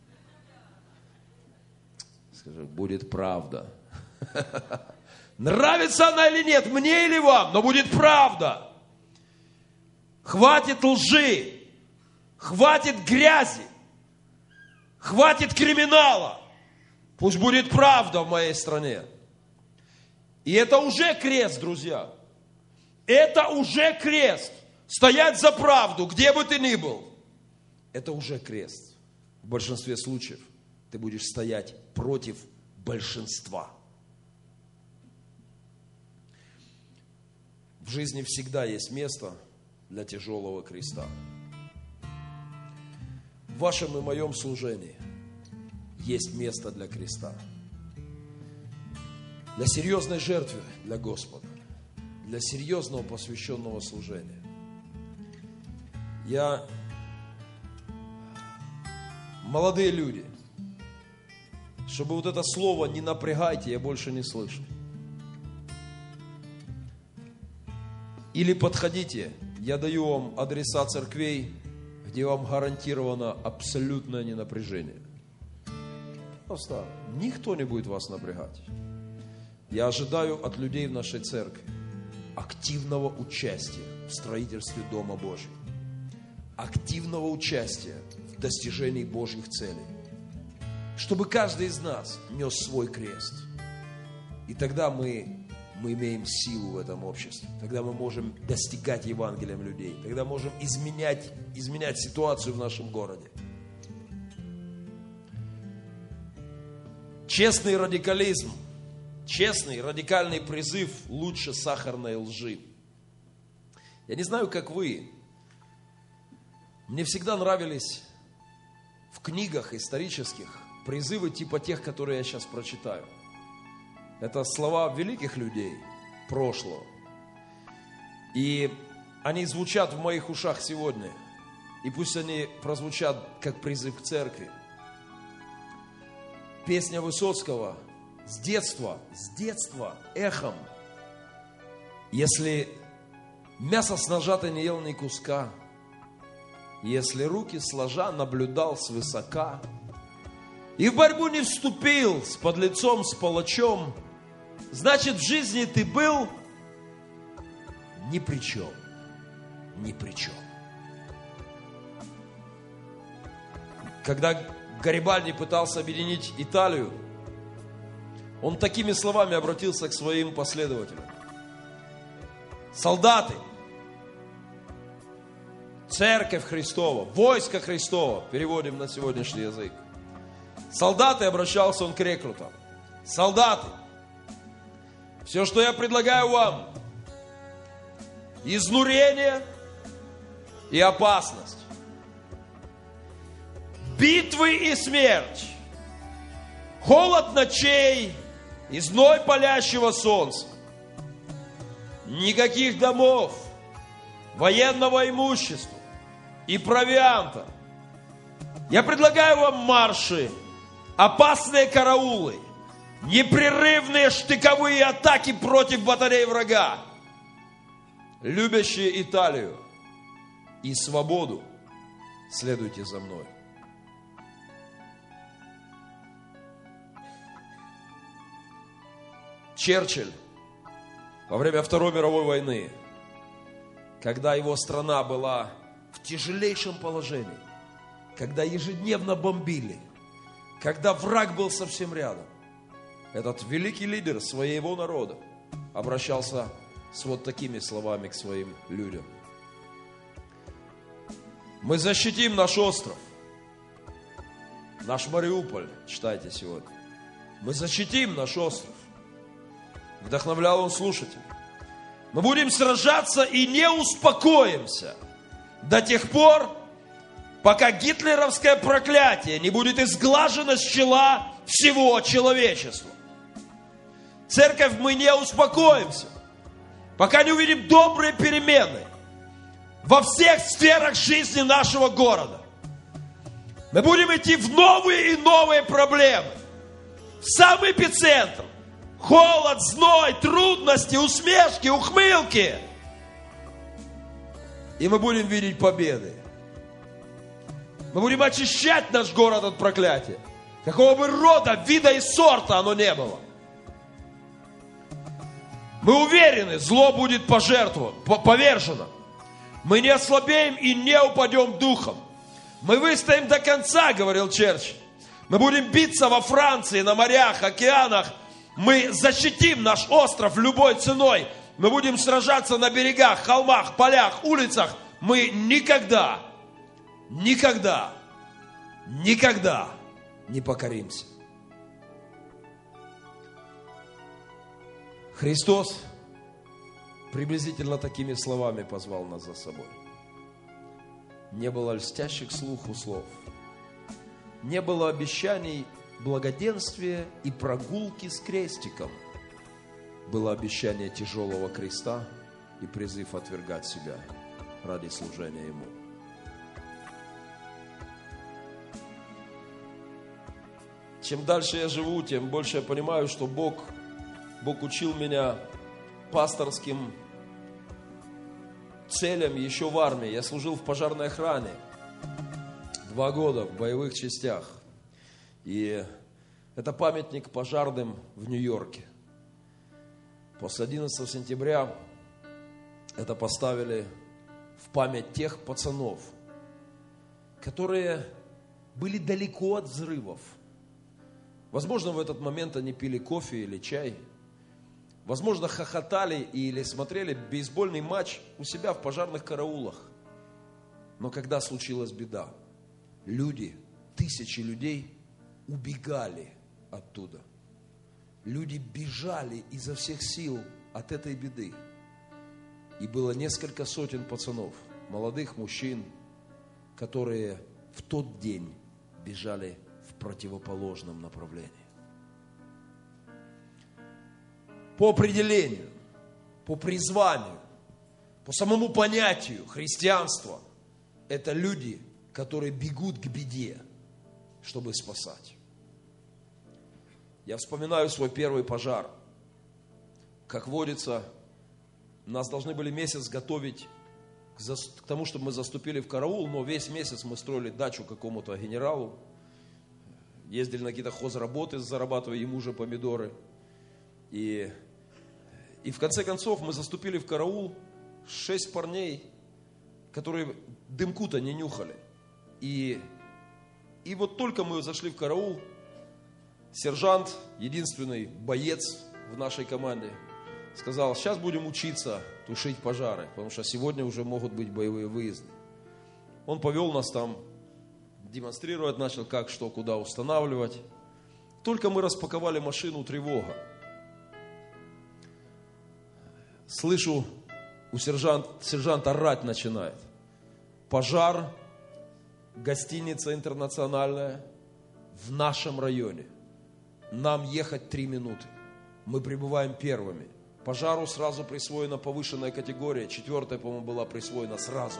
Скажу, будет правда. Нравится она или нет, мне или вам, но будет правда. Хватит лжи, хватит грязи, хватит криминала. Пусть будет правда в моей стране. И это уже крест, друзья. Это уже крест. Стоять за правду, где бы ты ни был. Это уже крест. В большинстве случаев ты будешь стоять против большинства. В жизни всегда есть место для тяжелого креста. В вашем и моем служении есть место для креста. Для серьезной жертвы для Господа. Для серьезного посвященного служения. Молодые люди, чтобы вот это слово «не напрягайте» я больше не слышу. Или подходите Я даю вам адреса церквей, где вам гарантировано абсолютное ненапряжение. Просто никто не будет вас напрягать. Я ожидаю от людей в нашей церкви активного участия в строительстве Дома Божьего, активного участия в достижении Божьих целей, чтобы каждый из нас нес свой крест. И тогда мы имеем силу в этом обществе. Тогда мы можем достигать Евангелием людей. Тогда можем изменять ситуацию в нашем городе. Честный радикализм, честный радикальный призыв лучше сахарной лжи. Я не знаю, как вы. Мне всегда нравились в книгах исторических призывы типа тех, которые я сейчас прочитаю. Это слова великих людей прошлого. И они звучат в моих ушах сегодня. И пусть они прозвучат как призыв к церкви. Песня Высоцкого с детства эхом. Если мясо с ножа ты не ел ни куска, если руки сложа наблюдал свысока, и в борьбу не вступил с подлецом, с палачом, значит, в жизни ты был ни при чем, ни при чем. Когда Гарибальди пытался объединить Италию, он такими словами обратился к своим последователям. Солдаты, Церковь Христова, войско Христово, переводим на сегодняшний язык. Солдаты, обращался он к рекрутам. Солдаты, все, что я предлагаю вам, изнурение и опасность, битвы и смерть, холод ночей и зной палящего солнца, никаких домов, военного имущества и провианта. Я предлагаю вам марши, опасные караулы, непрерывные штыковые атаки против батарей врага. Любящие Италию и свободу, следуйте за мной. Черчилль во время Второй мировой войны, когда его страна была в тяжелейшем положении, когда ежедневно бомбили, когда враг был совсем рядом, этот великий лидер своего народа обращался с вот такими словами к своим людям. Мы защитим наш остров, наш Мариуполь, читайте сегодня. Мы защитим наш остров. Вдохновлял он слушателей. Мы будем сражаться и не успокоимся до тех пор, пока гитлеровское проклятие не будет изглажено с чела всего человечества. Церковь, мы не успокоимся, пока не увидим добрые перемены во всех сферах жизни нашего города. Мы будем идти в новые и новые проблемы, в самый эпицентр. Холод, зной, трудности, усмешки, ухмылки. И мы будем видеть победы. Мы будем очищать наш город от проклятия. Какого бы рода, вида и сорта оно не было. Мы уверены, зло будет повержено. Мы не ослабеем и не упадем духом. Мы выстоим до конца, говорил Черчилль. Мы будем биться во Франции, на морях, океанах. Мы защитим наш остров любой ценой. Мы будем сражаться на берегах, холмах, полях, улицах. Мы никогда не покоримся. Христос приблизительно такими словами позвал нас за собой. Не было льстящих слуху слов. Не было обещаний благоденствия и прогулки с крестиком. Было обещание тяжелого креста и призыв отвергать себя ради служения Ему. Чем дальше я живу, тем больше я понимаю, что Бог учил меня пасторским целям еще в армии. Я служил в пожарной охране 2 года в боевых частях. И это памятник пожарным в Нью-Йорке. После 11 сентября это поставили в память тех пацанов, которые были далеко от взрывов. Возможно, в этот момент они пили кофе или чай. Возможно, хохотали или смотрели бейсбольный матч у себя в пожарных караулах. Но когда случилась беда, люди, тысячи людей убегали оттуда. Люди бежали изо всех сил от этой беды. И было несколько сотен пацанов, молодых мужчин, которые в тот день бежали в противоположном направлении. По определению, по призванию, по самому понятию христианства, это люди, которые бегут к беде, чтобы спасать. Я вспоминаю свой первый пожар. Как водится, нас должны были месяц готовить к тому, чтобы мы заступили в караул, но весь месяц мы строили дачу какому-то генералу, ездили на какие-то хозработы, зарабатывая ему же помидоры. И в конце концов мы заступили в караул, 6 парней, которые дымку-то не нюхали. И вот только мы зашли в караул, сержант, единственный боец в нашей команде, сказал: сейчас будем учиться тушить пожары, потому что сегодня уже могут быть боевые выезды. Он повел нас там, демонстрировать начал, как, что, куда устанавливать. Только мы распаковали машину, тревога. Слышу, сержант орать начинает. Пожар, гостиница интернациональная в нашем районе. Нам ехать 3 минуты. Мы прибываем первыми. Пожару сразу присвоена повышенная категория. 4-я, по-моему, была присвоена сразу.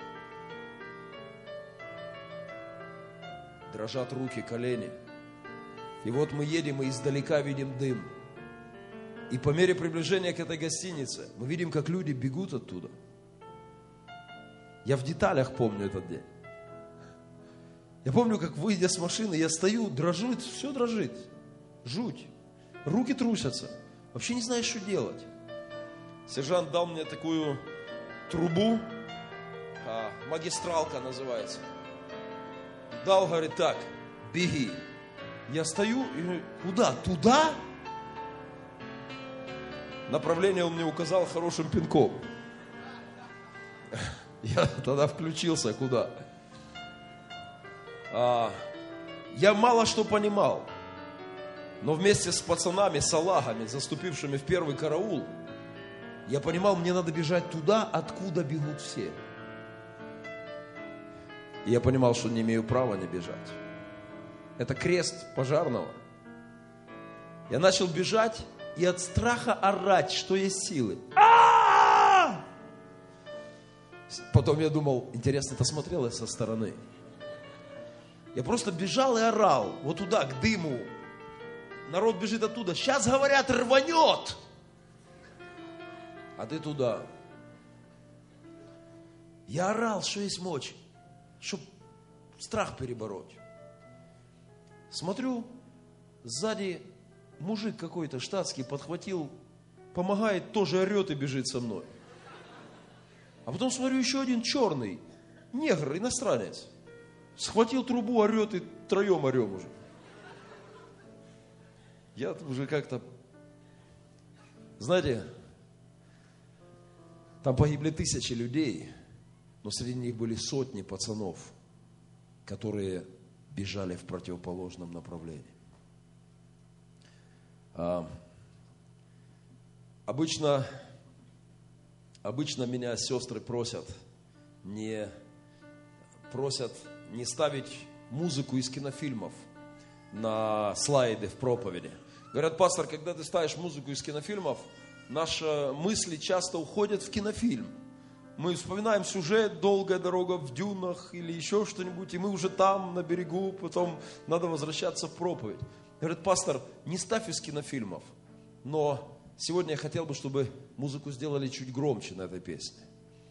Дрожат руки, колени. И вот мы едем и издалека видим дым. И по мере приближения к этой гостинице мы видим, как люди бегут оттуда. Я в деталях помню этот день. Я помню, как, выйдя с машины, я стою, дрожит, все дрожит. Жуть. Руки трусятся. Вообще не знаешь, что делать. Сержант дал мне такую трубу, магистралка называется. Дал, говорит, так, беги. Я стою и говорю: куда? Туда? Направление он мне указал хорошим пинком. Я тогда включился, куда? Я мало что понимал. Но вместе с пацанами, салагами, заступившими в первый караул, я понимал, мне надо бежать туда, откуда бегут все. И я понимал, что не имею права не бежать. Это крест пожарного. Я начал бежать и от страха орать, что есть силы. Потом я думал, интересно, это смотрел я со стороны. Я просто бежал и орал, вот туда, к дыму. Народ бежит оттуда. Сейчас, говорят, рванет. А ты туда. Я орал, что есть мочи, чтобы страх перебороть. Смотрю, сзади мужик какой-то штатский подхватил, помогает, тоже орет и бежит со мной. А потом смотрю, еще один черный, негр, иностранец. Схватил трубу, орет, и втроем орем уже. Я уже как-то, знаете, там погибли 1000 людей, но среди них были сотни пацанов, которые бежали в противоположном направлении. Обычно меня сестры просят не ставить музыку из кинофильмов на слайды в проповеди. Говорят: пастор, когда ты ставишь музыку из кинофильмов, наши мысли часто уходят в кинофильм. Мы вспоминаем сюжет, долгая дорога в дюнах или еще что-нибудь, и мы уже там, на берегу, потом надо возвращаться в проповедь. Говорят: пастор, не ставь из кинофильмов, но сегодня я хотел бы, чтобы музыку сделали чуть громче на этой песне.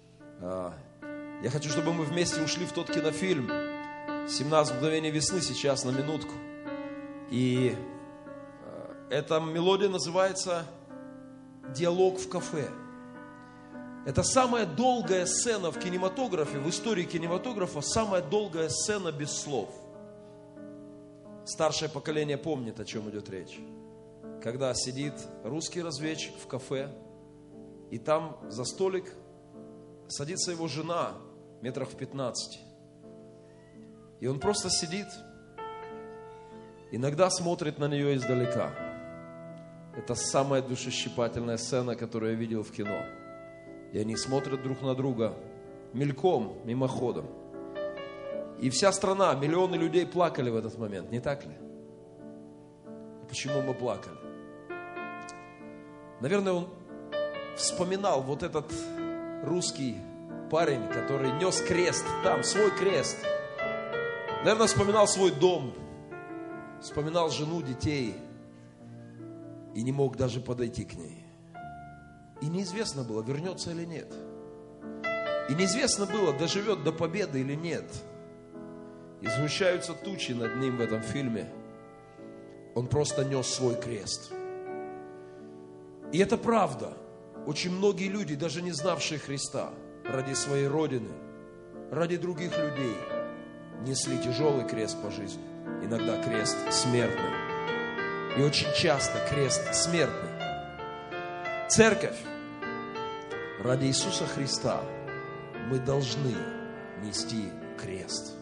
Я хочу, чтобы мы вместе ушли в тот кинофильм «17 мгновений весны», сейчас на минутку. И эта мелодия называется «Диалог в кафе». Это самая долгая сцена в кинематографе, в истории кинематографа, самая долгая сцена без слов. Старшее поколение помнит, о чем идет речь. Когда сидит русский разведчик в кафе, и там за столик садится его жена метрах в 15. И он просто сидит, иногда смотрит на нее издалека. Это самая душещипательная сцена, которую я видел в кино. И они смотрят друг на друга мельком, мимоходом. И вся страна, миллионы людей плакали в этот момент, не так ли? Почему мы плакали? Наверное, он вспоминал вот этот русский парень, который нес крест, там свой крест. Наверное, вспоминал свой дом, вспоминал жену, детей и не мог даже подойти к ней. И неизвестно было, вернется или нет. И неизвестно было, доживет до победы или нет. И сгущаются тучи над ним в этом фильме. Он просто нес свой крест. И это правда. Очень многие люди, даже не знавшие Христа, ради своей Родины, ради других людей, несли тяжелый крест по жизни. Иногда крест смертный. И очень часто крест смертный. Церковь, ради Иисуса Христа мы должны нести крест.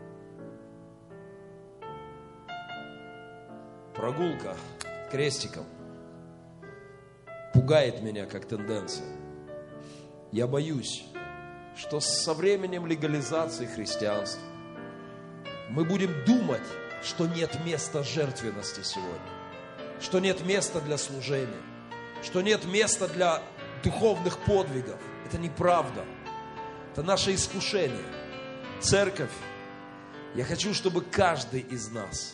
Прогулка крестиком пугает меня как тенденция. Я боюсь, что со временем легализации христианства мы будем думать, что нет места жертвенности сегодня, что нет места для служения, что нет места для духовных подвигов. Это неправда. Это наше искушение. Церковь, я хочу, чтобы каждый из нас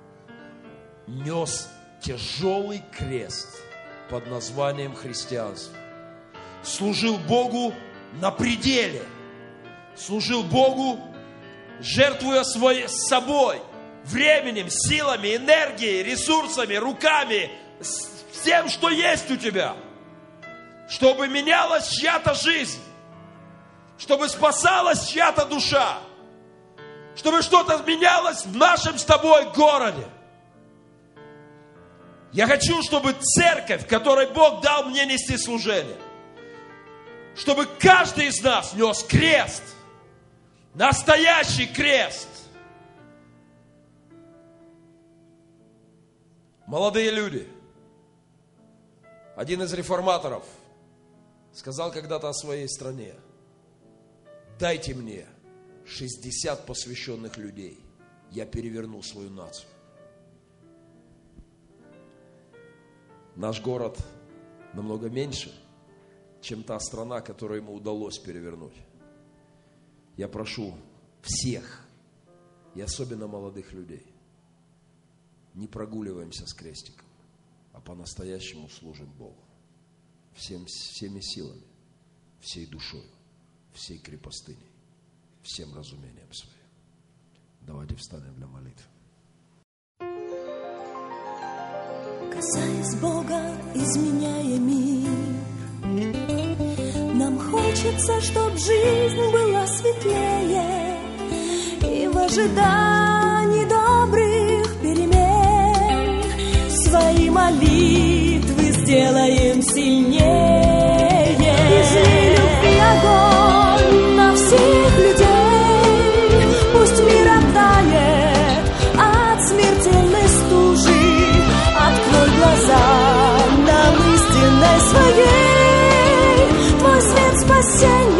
нес тяжелый крест под названием христианство. Служил Богу на пределе. Служил Богу, жертвуя собой, временем, силами, энергией, ресурсами, руками, всем, что есть у тебя. Чтобы менялась чья-то жизнь. Чтобы спасалась чья-то душа. Чтобы что-то менялось в нашем с тобой городе. Я хочу, чтобы церковь, которой Бог дал мне нести служение, чтобы каждый из нас нес крест. Настоящий крест. Молодые люди. Один из реформаторов сказал когда-то о своей стране: дайте мне 60 посвященных людей, я переверну свою нацию. Наш город намного меньше, чем та страна, которую ему удалось перевернуть. Я прошу всех, и особенно молодых людей, не прогуливаемся с крестиком, а по-настоящему служим Богу. Всеми силами, всей душой, всей крепостыней, всем разумением своим. Давайте встанем для молитвы. Касаясь Бога, изменяя мир, нам хочется, чтоб жизнь была светлее, и в ожидании добрых перемен свои молитвы сделаем сильнее. Излей любви огонь на всех людей, пусть мир оттает от смертельной стужи. Открой глаза нам истинной своей, твой свет спасения.